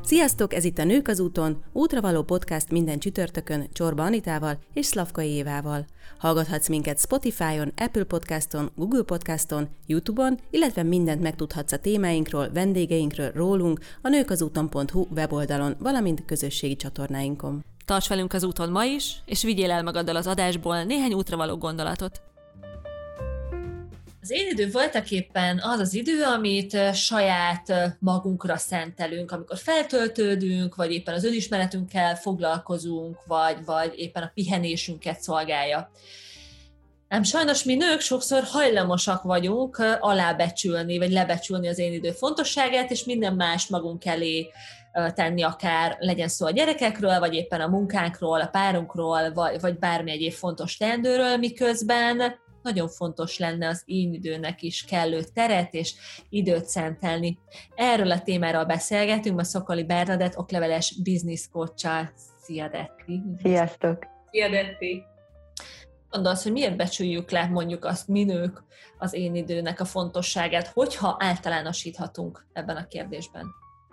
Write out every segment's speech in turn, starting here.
Sziasztok, ez itt a Nők az úton, útravaló podcast minden csütörtökön Csorba Anitával és Szlavkai Évával. Hallgathatsz minket Spotify-on, Apple Podcaston, Google Podcaston, YouTube-on, illetve mindent megtudhatsz a témáinkról, vendégeinkről, rólunk a nőkazúton.hu weboldalon, valamint közösségi csatornáinkon. Tarts velünk az úton ma is, és vigyél el magaddal az adásból néhány útravaló gondolatot. Az én idő voltaképpen az az idő, amit saját magunkra szentelünk, amikor feltöltődünk, vagy éppen az önismeretünkkel foglalkozunk, vagy éppen a pihenésünket szolgálja. Ám sajnos mi nők sokszor hajlamosak vagyunk alábecsülni, vagy lebecsülni az én idő fontosságát, és minden más magunk elé tenni, akár legyen szó a gyerekekről, vagy éppen a munkánkról, a párunkról, vagy bármi egyéb fontos teendőről, miközben nagyon fontos lenne az én időnek is kellő teret és időt szentelni. Erről a témáról beszélgetünk ma Szokoli Bernadett, okleveles business coach-sal. Szia, Detti! Sziasztok! Szia, Detti! Gondolsz, hogy miért becsüljük le mondjuk azt mi nők az én időnek a fontosságát, hogyha általánosíthatunk ebben a kérdésben?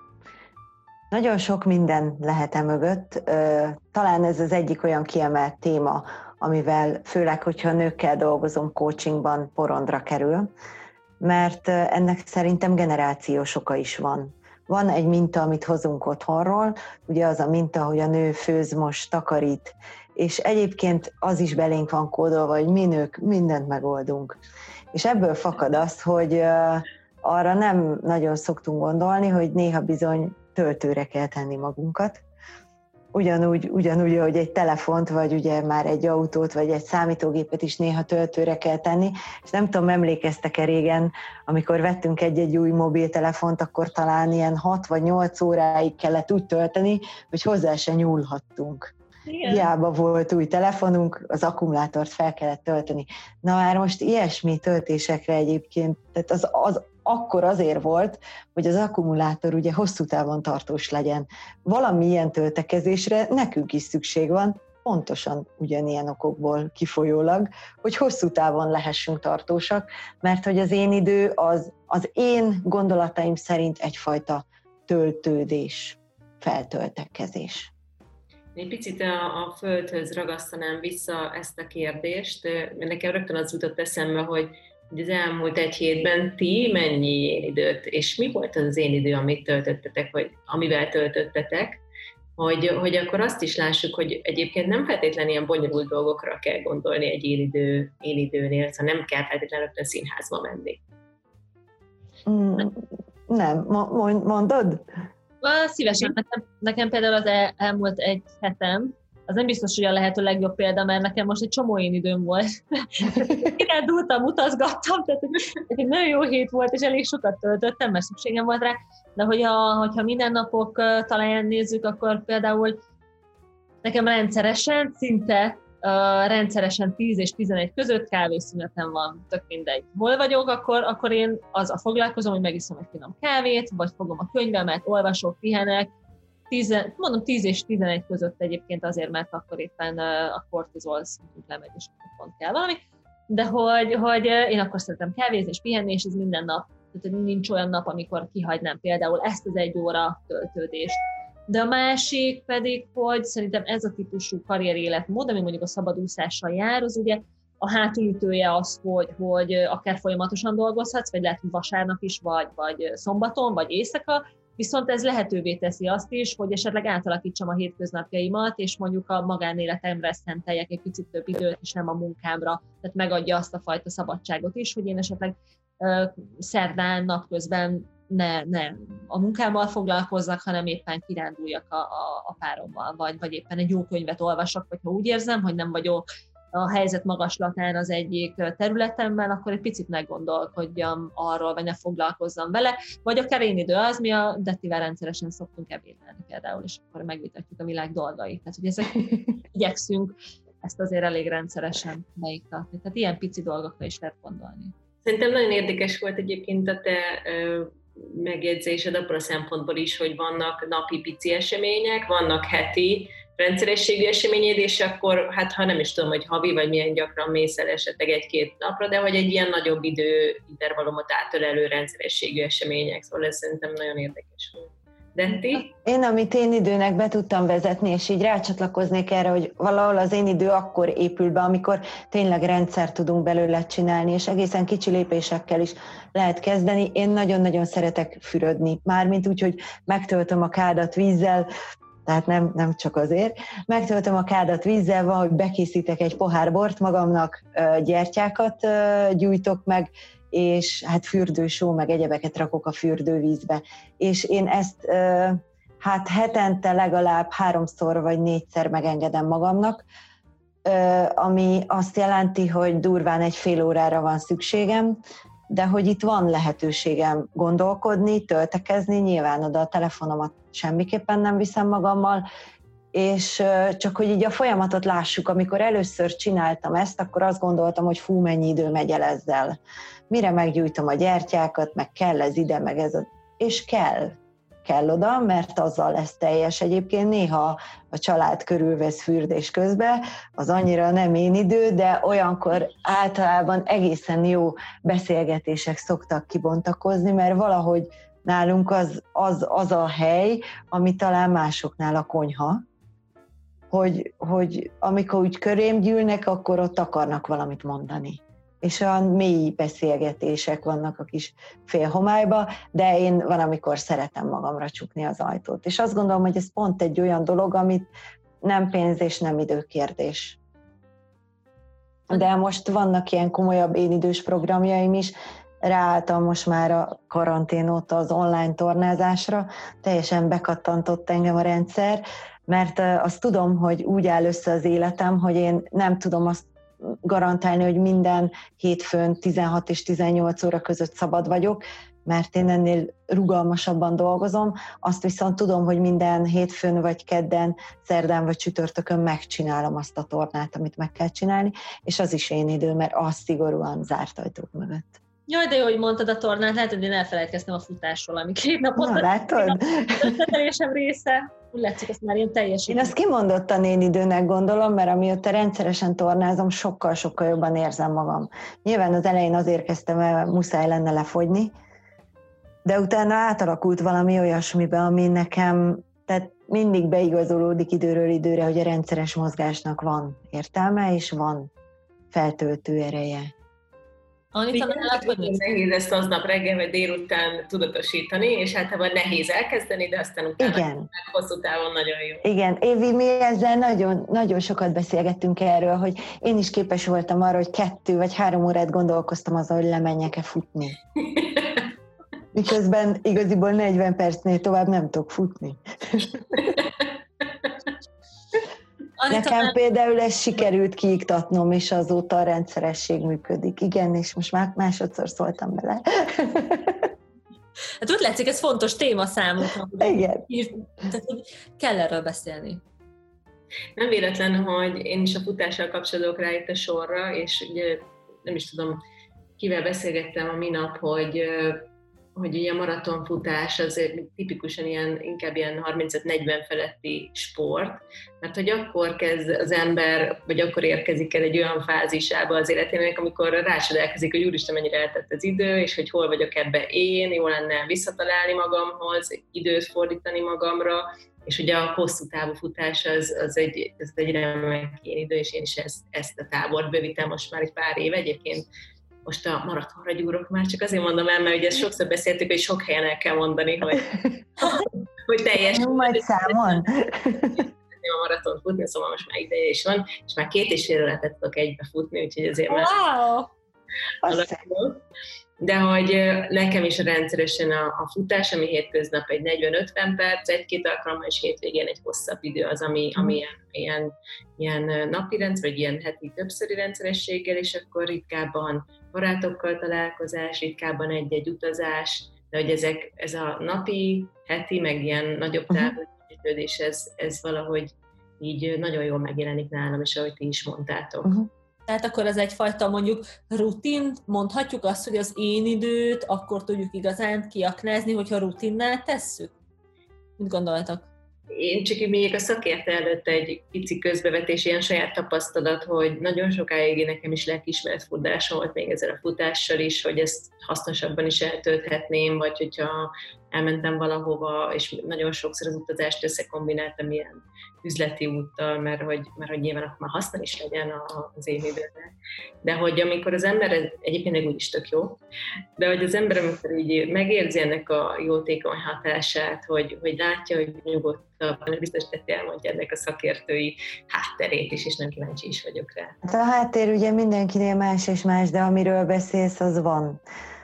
Nagyon sok minden lehet mögött. Talán ez az egyik olyan kiemelt téma, amivel főleg, hogyha nőkkel dolgozom coachingban, porondra kerül, mert ennek szerintem generációs oka is van. Van egy minta, amit hozunk otthonról, ugye az a minta, hogy a nő főz, most, takarít, és egyébként az is belénk van kódolva, hogy mi nők mindent megoldunk. És ebből fakad az, hogy arra nem nagyon szoktunk gondolni, hogy néha bizony töltőre kell tenni magunkat. Ugyanúgy, hogy egy telefont, vagy ugye már egy autót, vagy egy számítógépet is néha töltőre kell tenni, és nem tudom, emlékeztek-e régen, amikor vettünk egy új mobiltelefont, akkor talán ilyen 6 vagy 8 óráig kellett úgy tölteni, hogy hozzá se nyúlhattunk. Igen. Hiába volt új telefonunk, az akkumulátort fel kellett tölteni. Na már most ilyesmi töltésekre egyébként, tehát az akkor azért volt, hogy az akkumulátor ugye hosszú távon tartós legyen. Valamilyen töltekezésre nekünk is szükség van, pontosan ugyanilyen okokból kifolyólag, hogy hosszú távon lehessünk tartósak, mert hogy az én idő az én gondolataim szerint egyfajta töltődés, feltöltekezés. Egy picit a földhöz ragasztanám vissza ezt a kérdést. Nekem rögtön az jutott eszembe, hogy az elmúlt egy hétben ti mennyi én időt, és mi volt az én idő, amit töltöttetek, vagy amivel töltöttetek, hogy akkor azt is lássuk, hogy egyébként nem feltétlenül ilyen bonyolult dolgokra kell gondolni egy én időnél, szóval nem kell feltétlenül rögtön színházba menni. Nem, mondod? Szívesen. Nekem például az elmúlt egy hetem, az nem biztos, hogy a lehető legjobb példa, mert nekem most egy csomó én időm volt. Kirándultam, utazgattam, tehát egy nagyon jó hét volt, és elég sokat töltöttem, mert szükségem volt rá, de hogyha mindennapok talán nézzük, akkor például nekem szinte rendszeresen 10 és 11 között kávészünetem van, tök mindegy. Hol vagyok, akkor én azzal foglalkozom, hogy megiszom egy finom kávét, vagy fogom a könyvemet, olvasok, pihenek. 10 és 11 között egyébként azért, mert akkor éppen a kortizol szintünk lemegy, és pont kell valami. De hogy én akkor szeretem kávézni és pihenni, és ez minden nap. Tehát nincs olyan nap, amikor kihagynám például ezt az 1 óra töltődést. De a másik pedig, hogy szerintem ez a típusú karrieréletmód, ami mondjuk a szabadúszással jár, az ugye a hátulütője az, hogy akár folyamatosan dolgozhatsz, vagy lehet, hogy vasárnap is, vagy szombaton, vagy éjszaka, viszont ez lehetővé teszi azt is, hogy esetleg átalakítsam a hétköznapjaimat, és mondjuk a magánéletemre szenteljek egy picit több időt, és nem a munkámra, tehát megadja azt a fajta szabadságot is, hogy én esetleg szerdán napközben ne a munkámmal foglalkozzak, hanem éppen kiránduljak a párommal, vagy éppen egy jó könyvet olvasok, vagy ha úgy érzem, hogy nem vagyok a helyzet magaslatán az egyik területemben, akkor egy picit meggondolkodjam arról, vagy ne foglalkozzam vele, vagy akár én idő az, mi a Dettivel rendszeresen szoktunk ebédelni például, és akkor megvitatjuk a világ dolgait. Tehát, hogy ezek igyekszünk ezt azért elég rendszeresen beiktatni. Tehát ilyen pici dolgokra is lehet gondolni. Szerintem nagyon érdekes volt egyébként a te megjegyzésed abban a szempontból is, hogy vannak napi pici események, vannak heti rendszerességű eseményed, és akkor, hát ha nem is tudom, hogy havi, vagy milyen gyakran mész el esetleg 1-2 napra, de hogy egy ilyen nagyobb időintervallumot átölelő rendszerességű események, szóval ez szerintem nagyon érdekes volt. Detti? Én, amit én időnek be tudtam vezetni, és így rácsatlakoznék erre, hogy valahol az én idő akkor épül be, amikor tényleg rendszert tudunk belőle csinálni, és egészen kicsi lépésekkel is lehet kezdeni. Én nagyon-nagyon szeretek fürödni, mármint úgy, hogy megtöltöm a kádat vízzel, tehát nem csak azért. Megtöltöm a kádat vízzel, van, hogy bekészítek egy pohár bort magamnak, gyertyákat gyújtok meg, és hát fürdősó, meg egyebeket rakok a fürdővízbe. És én ezt hát hetente legalább 3-szor vagy 4-szer megengedem magamnak, ami azt jelenti, hogy durván egy fél órára van szükségem, de hogy itt van lehetőségem gondolkodni, töltekezni, nyilván oda a telefonomat semmiképpen nem viszem magammal, és csak hogy így a folyamatot lássuk, amikor először csináltam ezt, akkor azt gondoltam, hogy fú, mennyi idő megy el ezzel. Mire meggyújtom a gyertyákat, meg kell ez ide, meg ez, és kell oda, mert azzal lesz teljes. Egyébként néha a család körülvesz fürdés közben, az annyira nem én idő, de olyankor általában egészen jó beszélgetések szoktak kibontakozni, mert valahogy nálunk az a hely, ami talán másoknál a konyha, hogy amikor úgy körém gyűlnek, akkor ott akarnak valamit mondani. És olyan mély beszélgetések vannak a kis félhomályba, de én van, amikor szeretem magamra csukni az ajtót. És azt gondolom, hogy ez pont egy olyan dolog, amit nem pénz és nem időkérdés. De most vannak ilyen komolyabb énidős programjaim is, ráálltam most már a karantén óta az online tornázásra, teljesen bekattantott engem a rendszer, mert azt tudom, hogy úgy áll össze az életem, hogy én nem tudom azt garantálni, hogy minden hétfőn 16 és 18 óra között szabad vagyok, mert én ennél rugalmasabban dolgozom, azt viszont tudom, hogy minden hétfőn vagy kedden, szerdán vagy csütörtökön megcsinálom azt a tornát, amit meg kell csinálni, és az is én idő, mert az szigorúan zárt ajtók mögött. Jaj, de jó, hogy mondtad a tornát, lehet, hogy én elfelejtkeztem a futásról, ami 2 napot. Na, látod? Összetelésem része. Úgy látszik, ezt már ilyen teljesítmény. Én azt kimondottan én időnek gondolom, mert amióta rendszeresen tornázom, sokkal-sokkal jobban érzem magam. Nyilván az elején azért kezdtem el, muszáj lenne lefogyni, de utána átalakult valami olyasmibe, ami nekem, tehát mindig beigazolódik időről időre, hogy a rendszeres mozgásnak van értelme, és van feltöltő ereje. Anita, nehéz ezt aznap reggel vagy délután tudatosítani, és általában nehéz elkezdeni, de aztán utána hosszú távon nagyon jó. Igen, Évi, mi ezzel nagyon, nagyon sokat beszélgettünk erről, hogy én is képes voltam arra, hogy 2 vagy 3 órát gondolkoztam azon, hogy lemenjek-e futni. Miközben igaziból 40 percnél tovább nem tudok futni. Nekem például ezt sikerült kiiktatnom, és azóta a rendszeresség működik. Igen, és most már másodszor szóltam bele. Hát úgy látszik, ez fontos téma számunkra. Igen. Tehát, hogy kell erről beszélni. Nem véletlen, hogy én is a futással kapcsolódok rá itt a sorra, és ugye nem is tudom, kivel beszélgettem a minap, hogy ugye a maratonfutás azért tipikusan inkább ilyen 35-40 feletti sport, mert hogy akkor kezd az ember, vagy akkor érkezik el egy olyan fázisába az életének, amikor rácsodálkozik, hogy úristen, mennyire eltett az idő, és hogy hol vagyok ebbe én, jó lenne visszatalálni magamhoz, időt fordítani magamra, és ugye a hosszú távú futás az egy remek idő, és én is ezt a tábort bővítem most már egy pár év egyébként. Most a maratonra gyúrok már, csak azért mondom el, mert ugye ezt sokszor beszéltük, hogy sok helyen el kell mondani, hogy teljes. Majd számon. A maraton futni, szóval most már ideje is van, és már 2,5 órát tudok egybe futni, úgyhogy azért már de hogy nekem is rendszeresen a futás, ami hétköznap egy 40-50 perc, 1-2 alkalommal, és hétvégén egy hosszabb idő az, ami ilyen napi rendszer, vagy ilyen heti többszöri rendszerességgel, és akkor ritkábban barátokkal találkozás, ritkábban egy-egy utazás, de hogy ez a napi, heti, meg ilyen nagyobb távú együttműködés, ez valahogy így nagyon jól megjelenik nálam, és ahogy ti is mondtátok. Tehát akkor ez egyfajta mondjuk rutin, mondhatjuk azt, hogy az én időt akkor tudjuk igazán kiaknázni, hogyha rutinnál tesszük? Mit gondoltak? Én csak még a szakértő előtt egy pici közbevetés, ilyen saját tapasztalat, hogy nagyon sokáig nekem is lelkiismeret furdalásom volt még ezzel a futással is, hogy ezt hasznosabban is eltölthetném, vagy hogyha elmentem valahova, és nagyon sokszor az utazást összekombináltam ilyen üzleti úttal, mert hogy nyilván akkor már haszna is legyen az én időnek. De hogy amikor az ember, egyébként meg úgyis tök jó, de hogy az ember, amikor így megérzi ennek a jótékony hatását, hogy látja, hogy nyugodtabb, biztos, hogy elmondja ennek a szakértői hátterét is, és nem kíváncsi is vagyok rá. Hát a háttér ugye mindenkinél más és más, de amiről beszélsz, az van.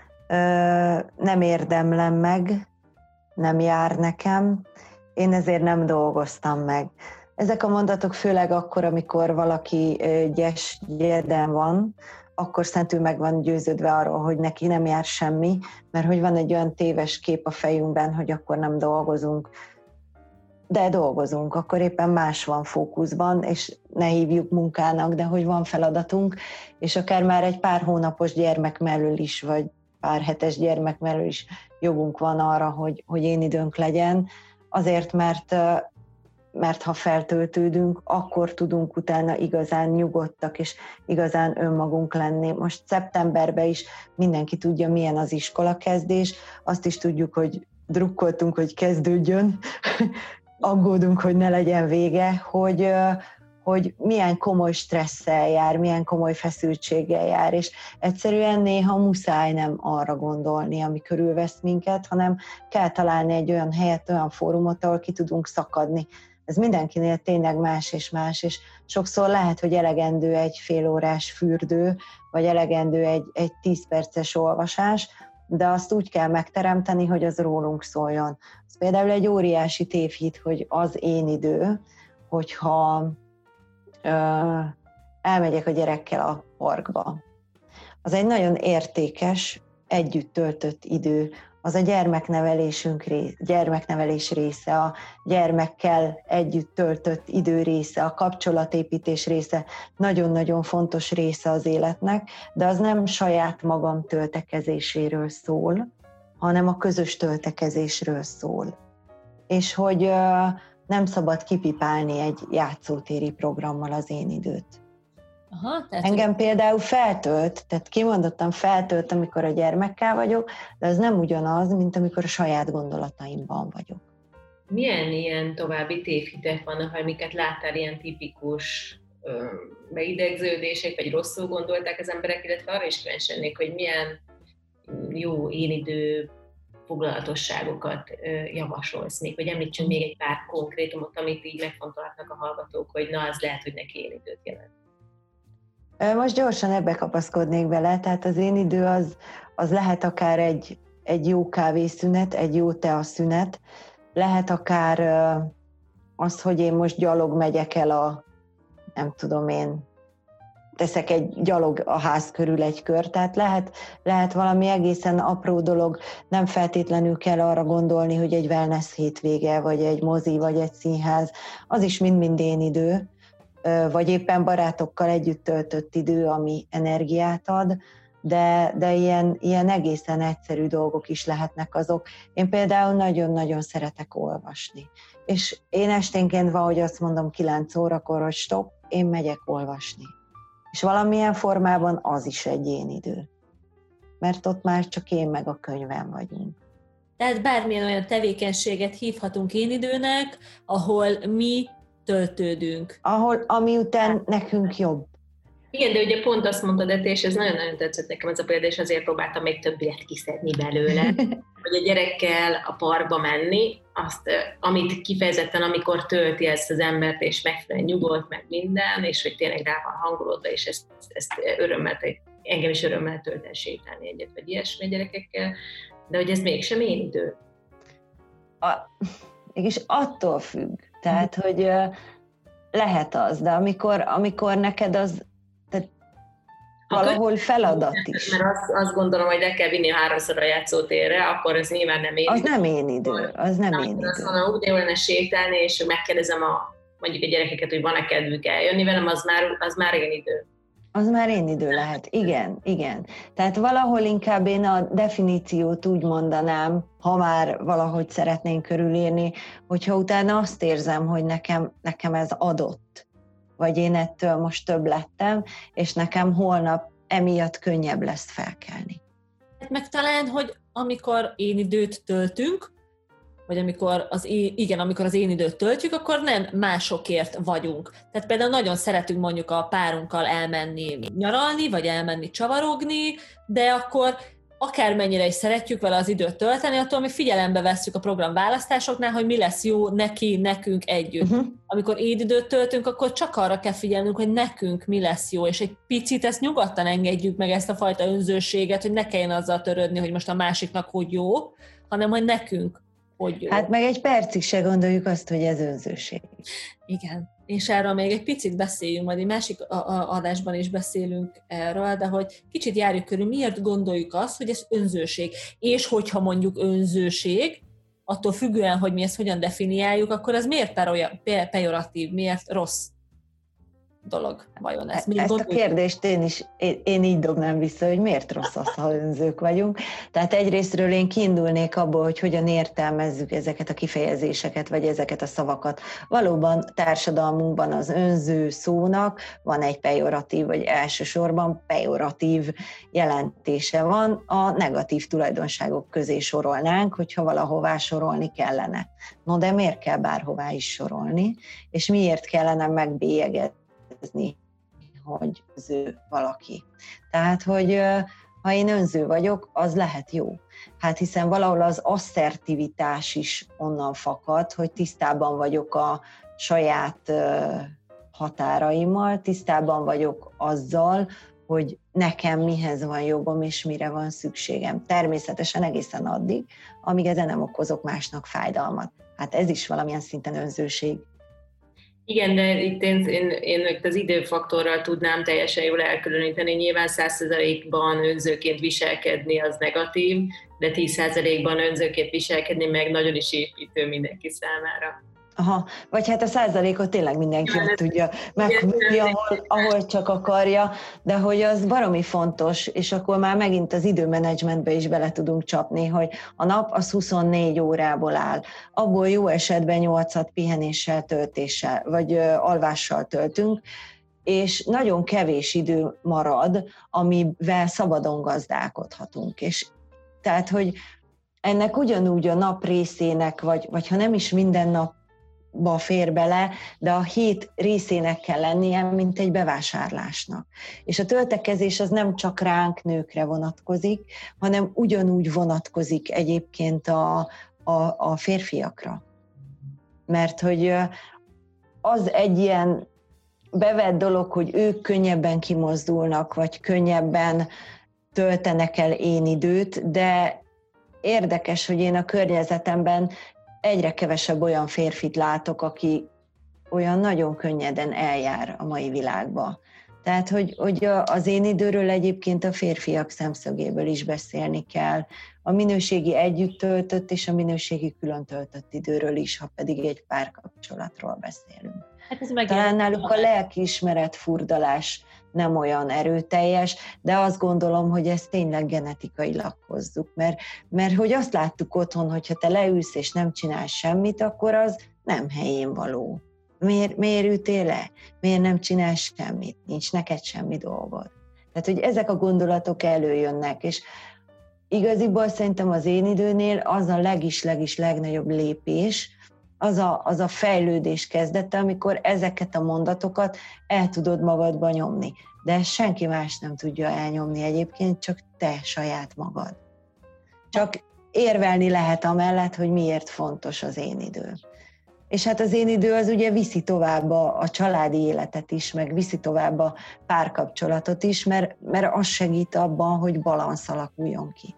Nem érdemlem meg, nem jár nekem, én ezért nem dolgoztam meg. Ezek a mondatok főleg akkor, amikor valaki gyeden van, akkor szentül meg van győződve arról, hogy neki nem jár semmi, mert hogy van egy olyan téves kép a fejünkben, hogy akkor nem dolgozunk. De dolgozunk, akkor éppen más van fókuszban, és ne hívjuk munkának, de hogy van feladatunk, és akár már egy pár hónapos gyermek mellől is, vagy pár hetes gyermek mellől is jogunk van arra, hogy én időnk legyen, azért, mert ha feltöltődünk, akkor tudunk utána igazán nyugodtak és igazán önmagunk lenni. Most szeptemberben is mindenki tudja, milyen az iskolakezdés, azt is tudjuk, hogy drukkoltunk, hogy kezdődjön, aggódunk, hogy ne legyen vége, hogy milyen komoly stresszel jár, milyen komoly feszültséggel jár, és egyszerűen néha muszáj nem arra gondolni, ami körülvesz minket, hanem kell találni egy olyan helyet, olyan fórumot, ahol ki tudunk szakadni. Ez mindenkinél tényleg más és más, és sokszor lehet, hogy elegendő egy félórás fürdő, vagy elegendő egy 10 perces olvasás, de azt úgy kell megteremteni, hogy az rólunk szóljon. Ez például egy óriási tévhit, hogy az én idő, hogyha elmegyek a gyerekkel a parkba. Az egy nagyon értékes, együtt töltött idő, az a gyermeknevelés része, a gyermekkel együtt töltött idő része, a kapcsolatépítés része, nagyon-nagyon fontos része az életnek, de az nem saját magam töltekezéséről szól, hanem a közös töltekezésről szól. És hogy nem szabad kipipálni egy játszótéri programmal az én időt. Aha, Engem például feltölt, tehát kimondottan feltölt, amikor a gyermekkel vagyok, de az nem ugyanaz, mint amikor a saját gondolataimban vagyok. Milyen ilyen további tévhitek vannak, amiket láttál, ilyen tipikus beidegződések, vagy rosszul gondolták az emberek, illetve arra is kíváncsi lennék, hogy milyen jó énidő foglalatosságokat javasolsz még, vagy említsünk még egy pár konkrétumot, amit így megfontolhatnak a hallgatók, hogy na, az lehet, hogy neki én időt jelent. Most gyorsan ebbe kapaszkodnék bele, tehát az én idő az lehet akár egy jó kávészünet, egy jó teaszünet, lehet akár az, hogy én most gyalog megyek el teszek egy gyalog a ház körül egy kör, tehát lehet valami egészen apró dolog, nem feltétlenül kell arra gondolni, hogy egy wellness hétvége, vagy egy mozi, vagy egy színház, az is mind-mind én idő, vagy éppen barátokkal együtt töltött idő, ami energiát ad, de ilyen egészen egyszerű dolgok is lehetnek azok. Én például nagyon-nagyon szeretek olvasni. És én esténként valahogy azt mondom 9 órakor, hogy stop, én megyek olvasni. És valamilyen formában az is egy én idő. Mert ott már csak én meg a könyvem vagyunk. Tehát bármilyen olyan tevékenységet hívhatunk én időnek, ahol mi töltődünk. Ami után nekünk jobb. Igen, de ugye pont azt mondtad, és ez nagyon-nagyon tetszett nekem ez a példa, és azért próbáltam még többet kiszedni belőle, hogy a gyerekkel a parkba menni, azt, amit kifejezetten, amikor tölti ezt az embert, és megfelelően nyugodt, meg minden, és hogy tényleg rá van hangolódva, és ezt engem is örömmel tölt el sétálni egyet, vagy ilyesmi gyerekekkel, de hogy ez mégsem én idő. Mégis attól függ. Tehát, hogy lehet az, de amikor neked az valahol feladat is. Mert azt gondolom, hogy le kell vinni 3-szor a játszótérre, akkor ez nyilván nem én idő. Az nem én idő. Az nem én idő. Azt mondom, úgy jó lenne sétálni, és megkérdezem mondjuk a gyerekeket, hogy van-e kedvük eljönni velem, az már én idő. Az már én idő lehet, igen. Tehát valahol inkább én a definíciót úgy mondanám, ha már valahogy szeretnénk körülírni, hogyha utána azt érzem, hogy nekem ez adott, vagy én ettől most több lettem, és nekem holnap emiatt könnyebb lesz felkelni. Meg talán, hogy amikor én időt töltünk, vagy amikor az én időt töltjük, akkor nem másokért vagyunk. Tehát például nagyon szeretünk mondjuk a párunkkal elmenni nyaralni, vagy elmenni csavarogni, de akkor akármennyire is szeretjük vele az időt tölteni, attól mi figyelembe vesszük a program választásoknál, hogy mi lesz jó neki, nekünk együtt. Amikor én időt töltünk, akkor csak arra kell figyelnünk, hogy nekünk mi lesz jó, és egy picit ezt nyugodtan engedjük meg, ezt a fajta önzőséget, hogy ne kelljen azzal törődni, hogy most a másiknak hogy jó, hanem hogy nekünk hogy jó. Hát meg egy percig se gondoljuk azt, hogy ez önzőség. Igen, és erről még egy picit beszéljünk, majd egy másik adásban is beszélünk erről, de hogy kicsit járjuk körül, miért gondoljuk azt, hogy ez önzőség. És hogyha mondjuk önzőség, attól függően, hogy mi ezt hogyan definiáljuk, akkor ez miért pejoratív, miért rossz dolog vajon ez? Ezt a kérdést én így dobnám vissza, hogy miért rossz az, ha önzők vagyunk. Tehát egyrésztről én kiindulnék abból, hogy hogyan értelmezzük ezeket a kifejezéseket, vagy ezeket a szavakat. Valóban társadalmunkban az önző szónak van egy pejoratív, vagy elsősorban pejoratív jelentése van. A negatív tulajdonságok közé sorolnánk, hogyha valahová sorolni kellene. No, de miért kell bárhová is sorolni, és miért kellene megbélyegezni, hogy önző valaki. Tehát, hogy ha én önző vagyok, az lehet jó. Hát hiszen valahol az asszertivitás is onnan fakad, hogy tisztában vagyok a saját határaimmal, tisztában vagyok azzal, hogy nekem mihez van jogom és mire van szükségem. Természetesen egészen addig, amíg ezen nem okozok másnak fájdalmat. Hát ez is valamilyen szinten önzőség. Igen, de itt én az időfaktorral tudnám teljesen jól elkülöníteni. Nyilván 100%-ban önzőként viselkedni az negatív, de 10%-ban önzőként viselkedni meg nagyon is építő mindenki számára. Aha, vagy hát a 100%-ot tényleg mindenki ott tudja megkapni, ahol csak akarja, de hogy az baromi fontos, és akkor már megint az időmenedzsmentbe is bele tudunk csapni, hogy a nap az 24 órából áll. Abból jó esetben 8-at pihenéssel, töltéssel, vagy alvással töltünk, és nagyon kevés idő marad, amivel szabadon gazdálkodhatunk. És tehát, hogy ennek ugyanúgy a nap részének, vagy ha nem is minden nap fér bele, de a hét részének kell lennie, mint egy bevásárlásnak. És a töltekezés az nem csak ránk, nőkre vonatkozik, hanem ugyanúgy vonatkozik egyébként a férfiakra. Mert hogy az egy ilyen bevett dolog, hogy ők könnyebben kimozdulnak, vagy könnyebben töltenek el én időt, de érdekes, hogy én a környezetemben egyre kevesebb olyan férfit látok, aki olyan nagyon könnyeden eljár a mai világba. Tehát, hogy az én időről egyébként a férfiak szemszögéből is beszélni kell. A minőségi együtt töltött és a minőségi külön töltött időről is, ha pedig egy párkapcsolatról beszélünk. Hát talán náluk a lelkiismeret furdalás nem olyan erőteljes, de azt gondolom, hogy ezt tényleg genetikailag hozzuk, mert hogy azt láttuk otthon, hogyha te leülsz és nem csinálsz semmit, akkor az nem helyén való. Miért ültél le? Miért nem csinálsz semmit? Nincs neked semmi dolgod. Tehát, hogy ezek a gondolatok előjönnek, és igaziból szerintem az én időnél az a legis legnagyobb lépés, az a fejlődés kezdete, amikor ezeket a mondatokat el tudod magadba nyomni. De senki más nem tudja elnyomni egyébként, csak te saját magad. Csak érvelni lehet amellett, hogy miért fontos az én idő. És hát az én idő az ugye viszi tovább a családi életet is, meg viszi tovább a párkapcsolatot is, mert az segít abban, hogy balansz alakuljon ki.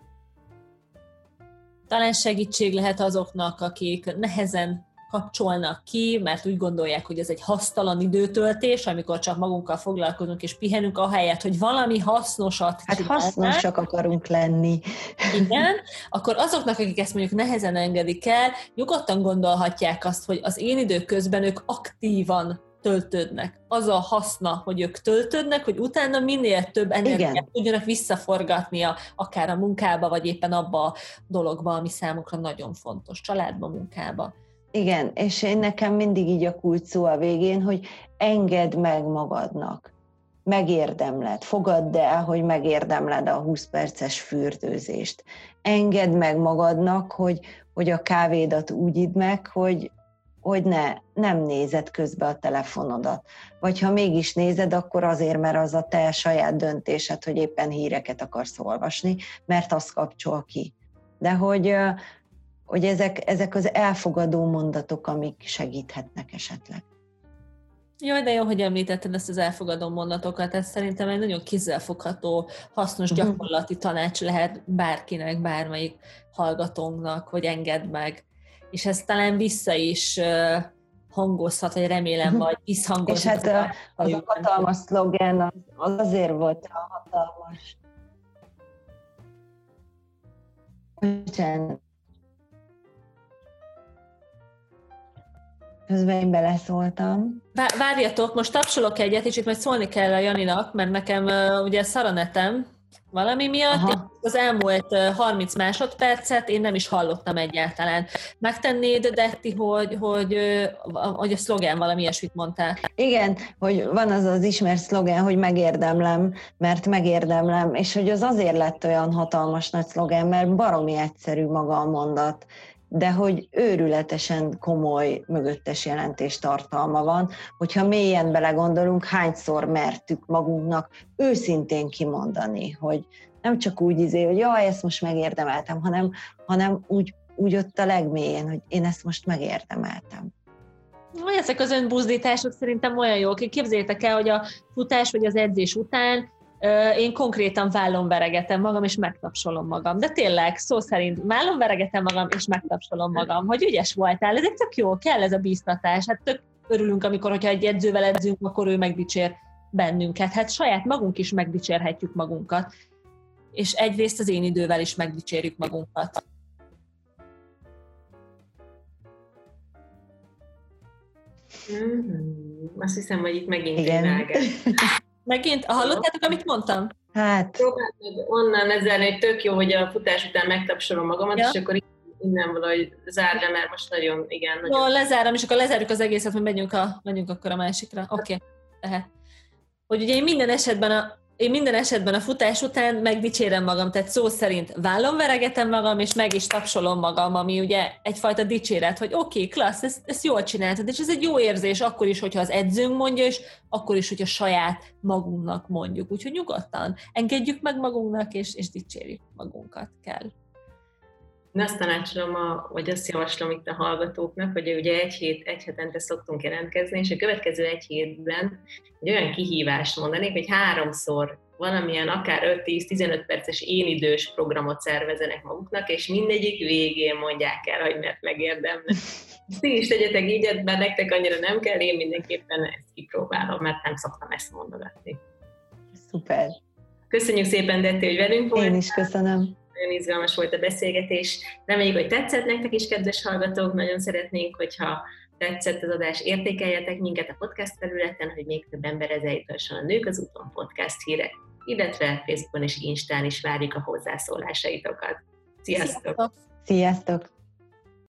Talán segítség lehet azoknak, akik nehezen kapcsolnak ki, mert úgy gondolják, hogy ez egy hasztalan időtöltés, amikor csak magunkkal foglalkozunk és pihenünk, ahelyett, hogy valami hasznosat csinálnánk. Hát hasznosak akarunk lenni. Igen, akkor azoknak, akik ezt mondjuk nehezen engedik el, nyugodtan gondolhatják azt, hogy az én idő közben ők aktívan töltődnek. Az a haszna, hogy ők töltődnek, hogy utána minél több energiát tudjanak visszaforgatni akár a munkába, vagy éppen abba a dologba, ami számukra nagyon fontos, családba, munkába. Igen, és nekem mindig így a kulcs szó a végén, hogy engedd meg magadnak. megérdemled, fogadd el, hogy megérdemled a 20 perces fürdőzést. Engedd meg magadnak, hogy a kávédat úgy idd meg, hogy nem nézed közbe a telefonodat. Vagy ha mégis nézed, akkor azért, mert az a te saját döntésed, hogy éppen híreket akarsz olvasni, mert az kapcsol ki. De hogy ezek az elfogadó mondatok, amik segíthetnek esetleg. Jaj, de jó, hogy említetted ezt az elfogadó mondatokat, ez szerintem egy nagyon kézzelfogható, hasznos gyakorlati tanács lehet bárkinek, bármelyik hallgatónknak, hogy engedd meg. És ez talán vissza is hangozhat, vagy remélem, vagy visszhangozhat. És hát az a hatalmas szlogen az azért volt a hatalmas. Bocsánat. Közben én beleszóltam. Várjatok, most tapsolok egyet, és itt majd szólni kell a Janinak, mert nekem ugye szaranetem valami miatt, és az elmúlt 30 másodpercet én nem is hallottam egyáltalán. Megtennéd, Detti, hogy a szlogán valami ilyesmit mondtál? Igen, hogy van az ismert szlogán, hogy megérdemlem, mert megérdemlem, és hogy az azért lett olyan hatalmas nagy szlogán, mert baromi egyszerű maga a mondat, de hogy őrületesen komoly mögöttes jelentéstartalma van, hogyha mélyen belegondolunk, hányszor mertük magunknak őszintén kimondani, hogy nem csak úgy hogy jaj, ezt most megérdemeltem, hanem úgy ott a legmélyén, hogy én ezt most megérdemeltem. Ezek az önbuzdítások szerintem olyan jók. Képzeljétek el, hogy a futás vagy az edzés után én konkrétan vállon veregetem magam, és megtapsolom magam. De tényleg, szó szerint vállon veregetem magam, és megtapsolom magam, hogy ügyes voltál. Ez egy tök jó, kell ez a bíztatás. Hát tök örülünk, hogyha egy edzővel edzünk, akkor ő megdicsér bennünket. Hát saját magunk is megdicsérhetjük magunkat. És egyrészt az én idővel is megdicsérjük magunkat. Azt hiszem, hogy itt megint egy vágás. Megint? Hallottátok, amit mondtam? Hát. Próbáltad onnan lezárni, hogy tök jó, hogy a futás után megtapsolom magamat, és akkor innen valahogy zárd le, mert most nagyon, igen. Nagyon... No, lezárom, és akkor lezárjuk az egészet, hogy megyünk akkor a másikra. Oké. Tehát, hogy ugye én minden esetben a futás után megdicsérem magam, tehát szó szerint vállon veregetem magam, és meg is tapsolom magam, ami ugye egyfajta dicséret, hogy oké, klassz, ezt jól csináltad, és ez egy jó érzés, akkor is, hogyha az edzőnk mondja, és akkor is, hogyha saját magunknak mondjuk. Úgyhogy nyugodtan engedjük meg magunknak, és dicsérjük magunkat kell. Én azt tanácsolom, vagy azt javaslom itt a hallgatóknak, hogy ugye egy hetente szoktunk jelentkezni, és a következő egy hétben egy olyan kihívást mondanék, hogy 3-szor valamilyen akár 5-10-15 perces énidős programot szervezenek maguknak, és mindegyik végén mondják el, hogy mert megérdemlek. Ti is tegyetek így, mert nektek annyira nem kell, én mindenképpen ezt kipróbálom, mert nem szoktam ezt mondogatni. Szuper. Köszönjük szépen, Detti, hogy velünk voltál. Én is köszönöm. Nagyon izgalmas volt a beszélgetés. Reméljük, hogy tetszett nektek is, kedves hallgatók. Nagyon szeretnénk, hogyha tetszett az adás, értékeljetek minket a podcast felületen, hogy még több emberhez eljutasson a Nők az úton podcast hírek, illetve Facebookon és Instán is várjuk a hozzászólásaitokat. Sziasztok! Sziasztok!